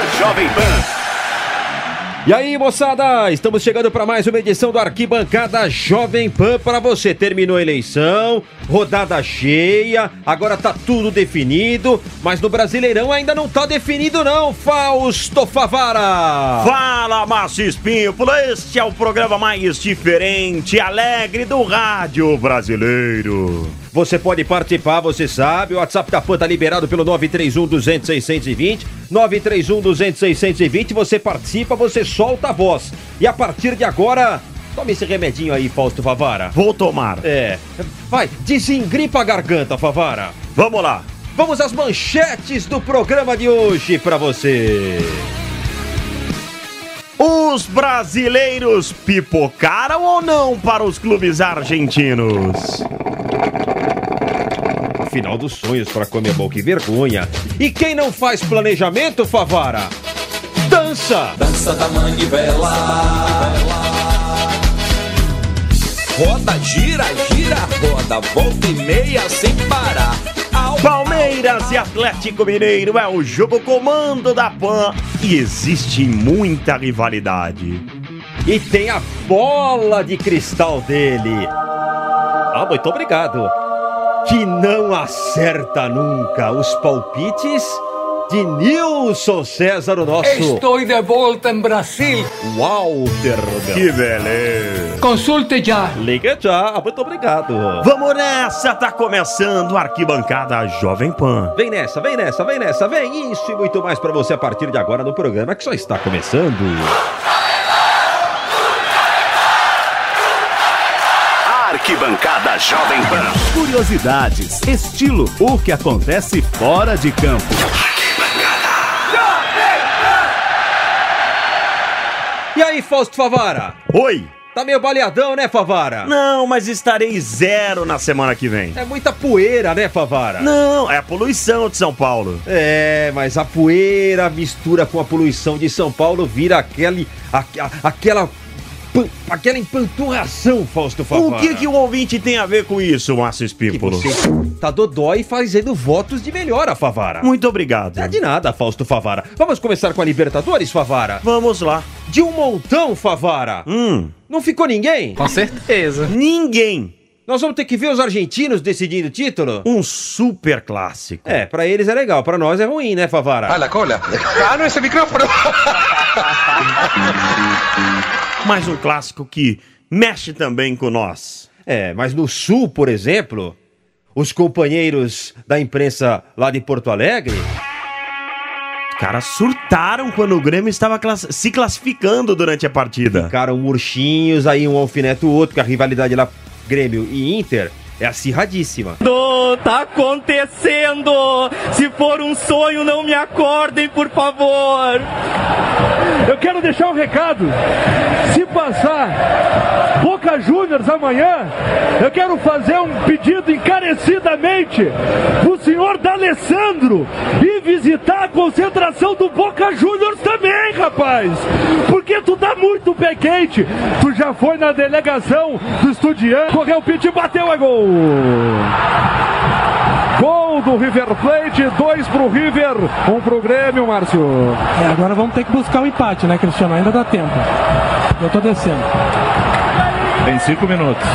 Jovem Pan. E aí, moçada, estamos chegando para mais uma edição do Arquibancada Jovem Pan para você. Terminou a eleição, rodada cheia, agora tá tudo definido, mas no Brasileirão ainda não tá definido não, Fausto Favara. Fala, Márcio Espínculo, este é o programa mais diferente e alegre do rádio brasileiro. Você pode participar, você sabe, o WhatsApp da PAN tá liberado pelo 931-200-620, 931-200-620, você participa, você solta a voz. E a partir de agora, tome esse remedinho aí, Fausto Favara. Vou tomar. Vai, desengripa a garganta, Favara. Vamos lá. Vamos às manchetes do programa de hoje pra você. Os brasileiros pipocaram ou não para os clubes argentinos? Final dos sonhos para Conmebol, que vergonha. E quem não faz planejamento, Favara? Dança! Dança da manivela. Roda, gira, gira, roda, volta e meia sem parar. Palmeiras e Atlético Mineiro é o jogo comando da PAN e existe muita rivalidade. E tem a bola de cristal dele. Ah, muito obrigado. Que não acerta nunca os palpites de Nilson César, o nosso... Estou de volta em Brasil. Walter. Que beleza. Consulte já. Liga já, muito obrigado. Vamos nessa, tá começando a Arquibancada Jovem Pan. Vem nessa, vem nessa, vem nessa, vem isso e muito mais pra você a partir de agora no programa que só está começando. Arquibancada Jovem Pan. Curiosidades, estilo, o que acontece fora de campo. E aí, Fausto Favara? Oi. Tá meio baleadão, né, Favara? Não, mas estarei 0 na semana que vem. É muita poeira, né, Favara? Não, é a poluição de São Paulo. É, mas a poeira mistura com a poluição de São Paulo, vira aquela empanturração, Fausto Favara. O que o ouvinte tem a ver com isso, Márcio Espínculo? Você tá dodói fazendo votos de melhora, Favara. Muito obrigado. Não é de nada, Fausto Favara. Vamos começar com a Libertadores, Favara? Vamos lá. De um montão, Favara. Não ficou ninguém? Com certeza. Ninguém. Nós vamos ter que ver os argentinos decidindo o título? Um super clássico. É, pra eles é legal, pra nós é ruim, né, Favara? Ah, la cola. Ah, não, esse microfone. Mais um clássico que mexe também com nós. É, mas no Sul, por exemplo, os companheiros da imprensa lá de Porto Alegre... Os caras surtaram quando o Grêmio estava se classificando durante a partida. Ficaram murchinhos, aí um alfineta o outro, que a rivalidade lá, Grêmio e Inter, é acirradíssima. Tá acontecendo! Se for um sonho, não me acordem, por favor! Eu quero deixar um recado. Se passar Boca Juniors amanhã, eu quero fazer um pedido encarecidamente pro senhor D'Alessandro ir visitar a concentração do Boca Juniors também, rapaz! Porque tu tá muito pé quente. Tu já foi na delegação do Estudiantes, correu o pit e bateu a gol! Gol do River Plate, 2 pro River, 1 pro Grêmio, Márcio. Agora vamos ter que buscar o empate, né, Cristiano? Ainda dá tempo. Eu tô descendo. Tem 5 minutos.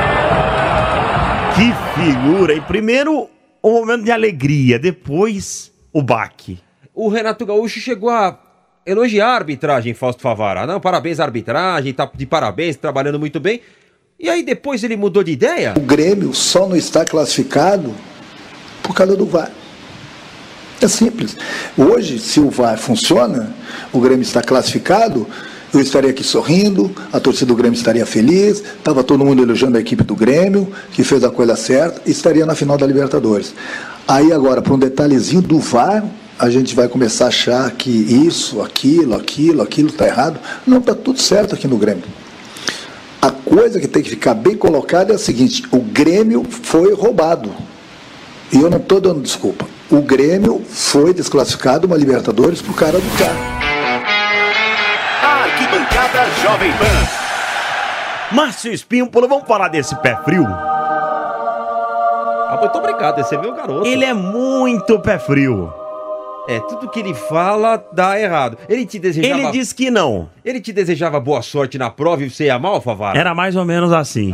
Que figura! E primeiro, um momento de alegria, depois, o baque. O Renato Gaúcho chegou a elogiar a arbitragem, Fausto Favara. Não, parabéns à arbitragem, tá de parabéns, trabalhando muito bem. E aí depois ele mudou de ideia? O Grêmio só não está classificado por causa do VAR. É simples. Hoje, se o VAR funciona, o Grêmio está classificado, eu estaria aqui sorrindo, a torcida do Grêmio estaria feliz, estava todo mundo elogiando a equipe do Grêmio, que fez a coisa certa, e estaria na final da Libertadores. Aí agora, para um detalhezinho do VAR, a gente vai começar a achar que isso, aquilo está errado. Não, está tudo certo aqui no Grêmio. A coisa que tem que ficar bem colocada é a seguinte: o Grêmio foi roubado. E eu não estou dando desculpa. O Grêmio foi desclassificado uma Libertadores por cara do carro. Arquibancada Jovem Pan. Márcio Espínculo, vamos falar desse pé frio? Ah, muito obrigado, esse é meu garoto. Ele é muito pé frio. Tudo que ele fala dá errado. Ele te desejava... Ele disse que não. Ele te desejava boa sorte na prova e você ia mal, Favara? Era mais ou menos assim.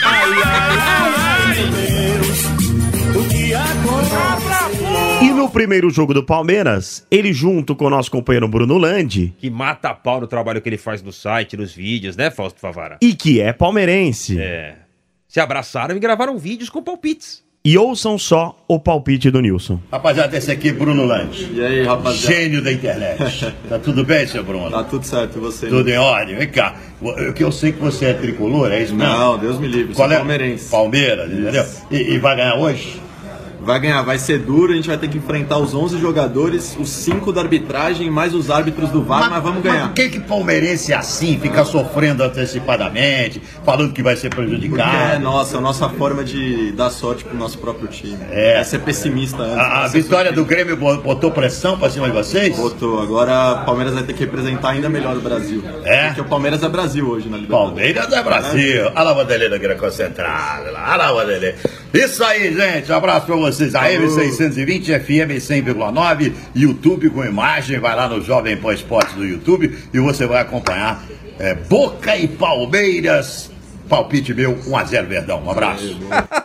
E no primeiro jogo do Palmeiras, ele junto com o nosso companheiro Bruno Landi... Que mata a pau no trabalho que ele faz no site, nos vídeos, né, Fausto Favara? E que é palmeirense. Se abraçaram e gravaram vídeos com palpites. E ouçam só o palpite do Nilson. Rapaziada, esse aqui é Bruno Landi. E aí, rapaziada? Gênio da internet. Tá tudo bem, seu Bruno? Tá tudo certo, e você? Tudo em ordem. Vem cá. Que eu sei que você é tricolor, é isso mesmo? Não, Deus me livre, Qual sou é? palmeirense. Palmeiras, entendeu? E vai ganhar hoje? Vai ganhar, vai ser duro, a gente vai ter que enfrentar os 11 jogadores, os 5 da arbitragem, mais os árbitros do VAR, mas vamos ganhar. Mas por que palmeirense é assim, fica sofrendo antecipadamente, falando que vai ser prejudicado? Porque é nossa forma de dar sorte pro nosso próprio time. É ser pessimista antes. A vitória do Grêmio botou pressão pra cima de vocês? Botou, agora o Palmeiras vai ter que representar ainda melhor o Brasil. Porque o Palmeiras é Brasil hoje na Libertadores. Palmeiras é Brasil. Olha lá o Vanderlei da Guerra Concentrada. Olha lá o Vanderlei. Isso aí, gente. Um abraço pra vocês. A M620, FM 100,9, YouTube com imagem. Vai lá no Jovem Pan Esportes do YouTube e você vai acompanhar Boca e Palmeiras. Palpite meu, 1-0 Verdão. Um abraço.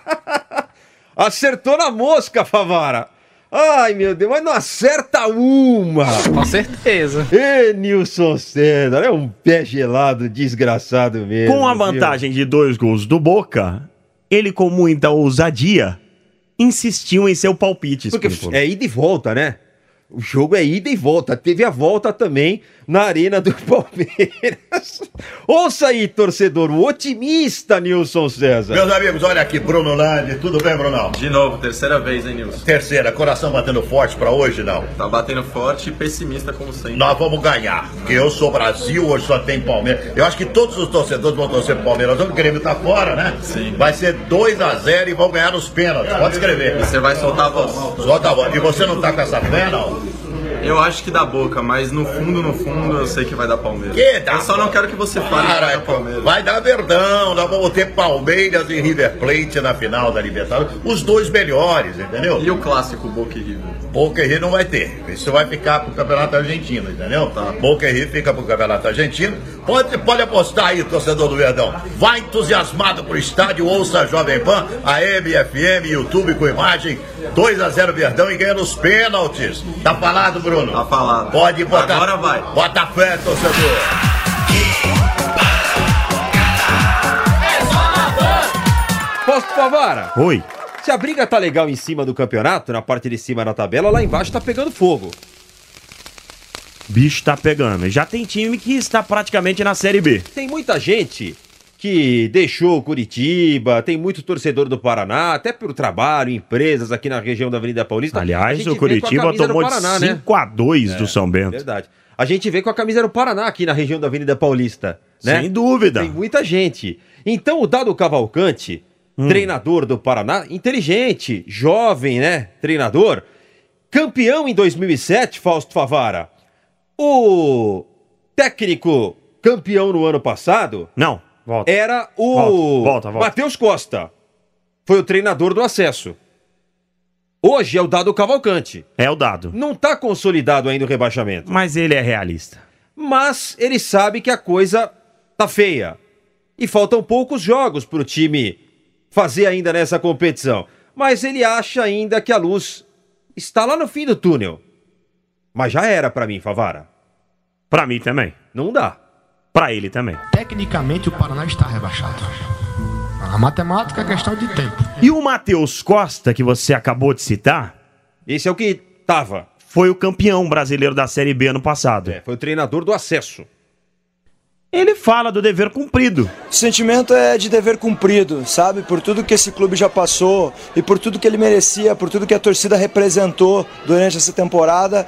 Acertou na mosca, Favara. Ai, meu Deus, mas não acerta uma. Com certeza. Nilson César, é um pé gelado desgraçado mesmo. Com a vantagem de 2 gols do Boca, ele com muita ousadia insistiu em seu palpite. Porque é ida e volta, né? O jogo é ida e volta. Teve a volta também na Arena do Palmeiras. Ouça aí, torcedor, o otimista Nilson César. Meus amigos, olha aqui, Bruno Landi. Tudo bem, Brunão? De novo, terceira vez, hein, Nilson? Terceira, coração batendo forte pra hoje, não? Tá batendo forte e pessimista como sempre. Nós vamos ganhar, porque eu sou Brasil, hoje só tem Palmeiras. Eu acho que todos os torcedores vão torcer pro Palmeiras. O Grêmio tá fora, né? Sim. Vai ser 2-0 e vão ganhar nos pênaltis. Pode escrever. E você vai soltar a voz. Solta a voz. E você não tá com essa fé, não? Eu acho que dá Boca, mas no fundo, eu sei que vai dar Palmeiras. Eu só não quero que você fale que vai dar Palmeiras. Vai dar Verdão, nós vamos ter Palmeiras e River Plate na final da Libertadores. Os dois melhores, entendeu? E o clássico Boca e River? Boca e River não vai ter. Isso vai ficar pro Campeonato Argentino, entendeu? Tá. Boca e River fica pro Campeonato Argentino. Pode apostar aí, torcedor do Verdão. Vai entusiasmado pro estádio, ouça a Jovem Pan, a FM, YouTube com imagem. 2-0 Verdão e ganha nos pênaltis. Tá falado, Bruno? Tá falado. Pode botar. Agora vai. Bota fé, torcedor. Fausto Favara. Oi. Se a briga tá legal em cima do campeonato, na parte de cima da tabela, lá embaixo tá pegando fogo. Bicho tá pegando. Já tem time que está praticamente na Série B. Tem muita gente que deixou Curitiba, tem muito torcedor do Paraná, até pelo trabalho, empresas aqui na região da Avenida Paulista. Aliás, o Curitiba tomou de 5-2 do São Bento. Verdade. A gente vê com a camisa do Paraná aqui na região da Avenida Paulista, né? Sem dúvida. Tem muita gente. Então o Dado Cavalcante, treinador do Paraná, inteligente, jovem, né? Treinador, campeão em 2007, Fausto Favara. O técnico campeão no ano passado... Não. Volta. Era o volta. Matheus Costa. Foi o treinador do acesso. Hoje é o Dado Cavalcante. É o Dado. Não tá consolidado ainda o rebaixamento. Mas ele é realista. Mas ele sabe que a coisa tá feia. E faltam poucos jogos pro time fazer ainda nessa competição. Mas ele acha ainda que a luz está lá no fim do túnel. Mas já era pra mim, Favara. Pra mim também. Não dá. Pra ele também. Tecnicamente o Paraná está rebaixado. A matemática é questão de tempo. E o Matheus Costa, que você acabou de citar... Esse é o que tava. Foi o campeão brasileiro da Série B ano passado. Foi o treinador do acesso. Ele fala do dever cumprido. O sentimento é de dever cumprido, sabe? Por tudo que esse clube já passou e por tudo que ele merecia, por tudo que a torcida representou durante essa temporada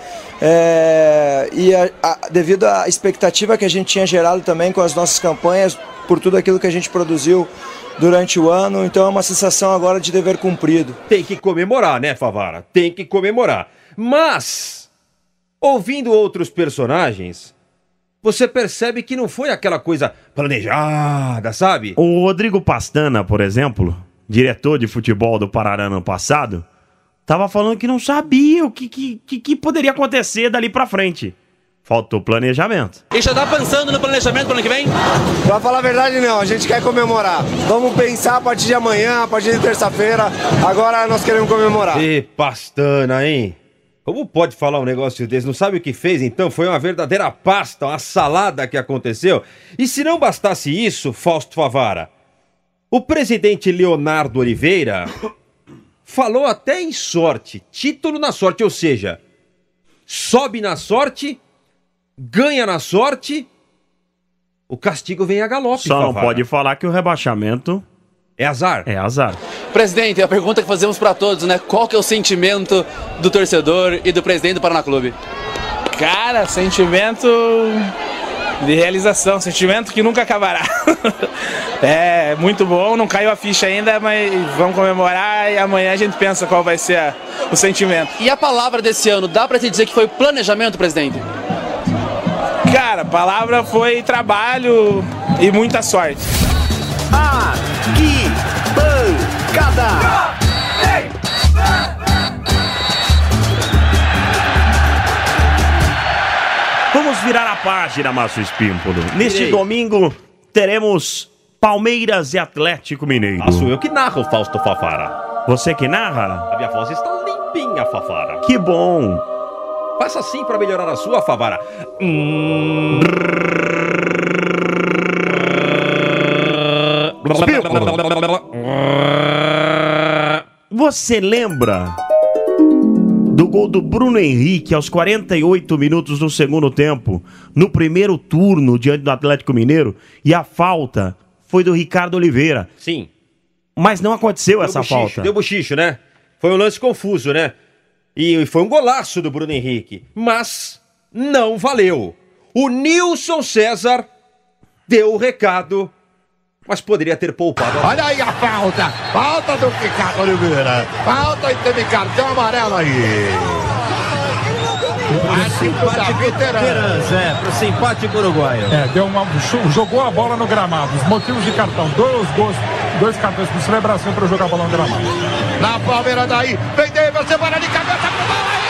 devido à expectativa que a gente tinha gerado também com as nossas campanhas, por tudo aquilo que a gente produziu durante o ano. Então é uma sensação agora de dever cumprido. Tem que comemorar, né, Favara? Tem que comemorar. Mas, ouvindo outros personagens... Você percebe que não foi aquela coisa planejada, sabe? O Rodrigo Pastana, por exemplo, diretor de futebol do Paraná no passado, tava falando que não sabia o que poderia acontecer dali pra frente. Faltou planejamento. E já tá pensando no planejamento pro ano que vem? Pra falar a verdade, não. A gente quer comemorar. Vamos pensar a partir de amanhã, a partir de terça-feira. Agora nós queremos comemorar. E pastana, hein? Como pode falar um negócio desse? Não sabe o que fez, então? Foi uma verdadeira pasta, uma salada que aconteceu. E se não bastasse isso, Fausto Favara, o presidente Leonardo Oliveira falou até em sorte, título na sorte, ou seja, sobe na sorte, ganha na sorte, o castigo vem a galope. Só não pode falar que o rebaixamento é azar. É azar. Presidente, a pergunta que fazemos pra todos, né? Qual que é o sentimento do torcedor e do presidente do Paraná Clube? Cara, sentimento de realização, sentimento que nunca acabará. É muito bom, não caiu a ficha ainda, mas vamos comemorar e amanhã a gente pensa qual vai ser o sentimento. E a palavra desse ano, dá pra te dizer que foi planejamento, presidente? Cara, a palavra foi trabalho e muita sorte. Arquibancada. Vamos virar a página, Márcio Espímpolo. Neste domingo, teremos Palmeiras e Atlético Mineiro. Sou eu que narro, Fausto Favara. Você que narra? A minha voz está limpinha, Favara. Que bom. Faça assim para melhorar a sua, Favara. Você lembra do gol do Bruno Henrique aos 48 minutos do segundo tempo, no primeiro turno diante do Atlético Mineiro, e a falta foi do Ricardo Oliveira? Sim. Mas não aconteceu essa falta. Deu bochicho, né? Foi um lance confuso, né? E foi um golaço do Bruno Henrique. Mas não valeu. O Nilson César deu o recado, mas poderia ter poupado. Olha aí a falta. Falta do Ricardo Oliveira. Falta e teve cartão amarelo aí. Pro simpático uruguaio. Jogou a bola no gramado. Os motivos de cartão, dois cartões por celebração para jogar a bola no gramado. Na Palmeiras daí, vem David, você para de cabeça pro gol aí.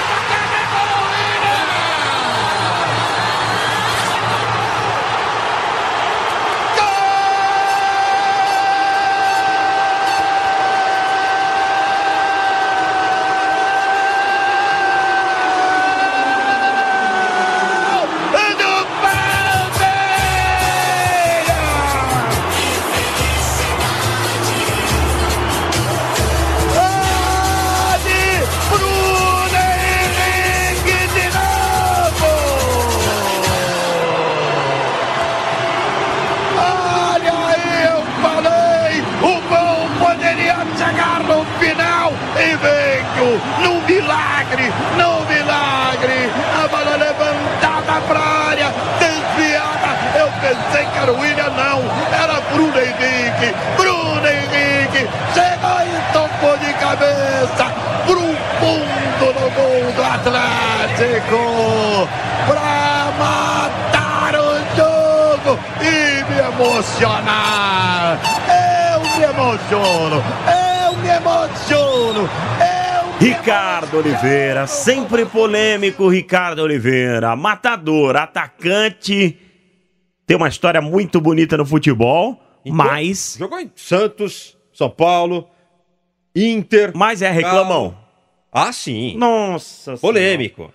No milagre, a bola levantada para a área, desviada, eu pensei que era o William, não, era Bruno Henrique, chegou e tocou de cabeça pro fundo no gol do Atlético, para matar o jogo e me emocionar, eu me emociono. Ricardo Oliveira, sempre polêmico, Ricardo Oliveira, matador, atacante, tem uma história muito bonita no futebol, mas... Jogou em Santos, São Paulo, Inter... Mas é reclamão. Ah, sim. Nossa polêmico.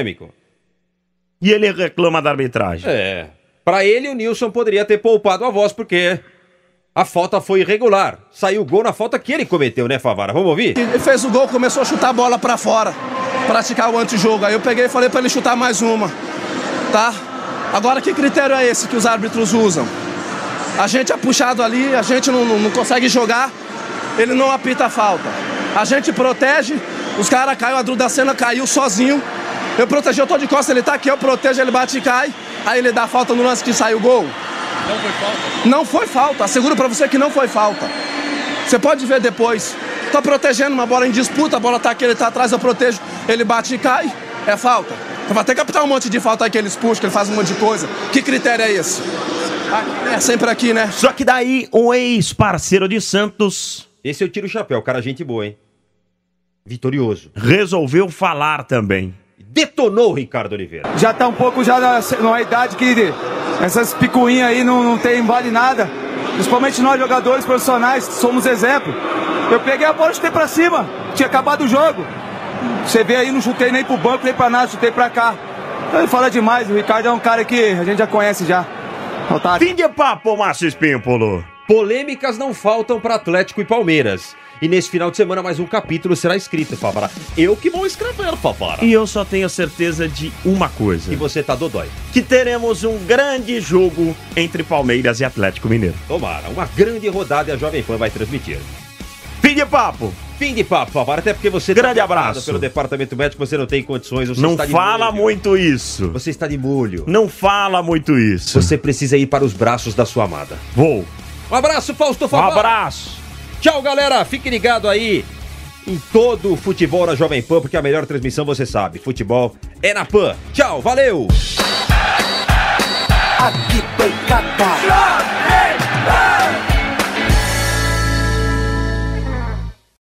E ele reclama da arbitragem. Pra ele, o Nilson poderia ter poupado a voz, porque... a falta foi irregular. Saiu o gol na falta que ele cometeu, né, Favara? Vamos ouvir? Ele fez o gol, começou a chutar a bola pra fora, praticar o antijogo. Aí eu peguei e falei pra ele chutar mais uma, tá? Agora, que critério é esse que os árbitros usam? A gente é puxado ali, a gente não consegue jogar, ele não apita a falta. A gente protege, os caras caiu, a Drudacena caiu sozinho. Eu protegi, eu tô de costas, ele tá aqui, eu protejo, ele bate e cai. Aí ele dá falta no lance que saiu o gol. Não foi falta? Não foi falta, asseguro pra você que não foi falta. Você pode ver depois. Tô protegendo uma bola em disputa, a bola tá aqui, ele tá atrás, eu protejo, ele bate e cai, é falta. Você vai ter que apitar um monte de falta aí que ele expulsa, que ele faz um monte de coisa. Que critério é esse? É sempre aqui, né? Só que daí, um ex-parceiro de Santos... Esse eu tiro o chapéu, cara, gente boa, hein? Vitorioso. Resolveu falar também. Detonou o Ricardo Oliveira. Já tá um pouco já numa idade que essas picuinhas aí não vale nada. Principalmente nós jogadores profissionais, somos exemplo. Eu peguei a bola e chutei pra cima. Tinha acabado o jogo. Você vê aí, não chutei nem pro banco, nem pra nada, chutei pra cá. Ele fala demais, o Ricardo é um cara que a gente já conhece já. Otário. Fim de papo, Márcio Espímpolo. Polêmicas não faltam para Atlético e Palmeiras. E nesse final de semana mais um capítulo será escrito, Favara. Eu que vou escrever, Favara. E eu só tenho certeza de uma coisa. E você tá dodói. Que teremos um grande jogo entre Palmeiras e Atlético Mineiro. Tomara, uma grande rodada e a Jovem Pan vai transmitir. Fim de papo. Fim de papo, Favara, até porque você grande tá abraço pelo departamento médico, você não tem condições, você não está de fala molho. muito isso. Você está de molho. Não fala muito isso. Você precisa ir para os braços da sua amada. Vou. Um abraço, Fausto Favara. Um abraço. Tchau, galera. Fique ligado aí em todo o futebol na Jovem Pan, porque a melhor transmissão, você sabe, futebol é na Pan. Tchau, valeu. Arquibancada.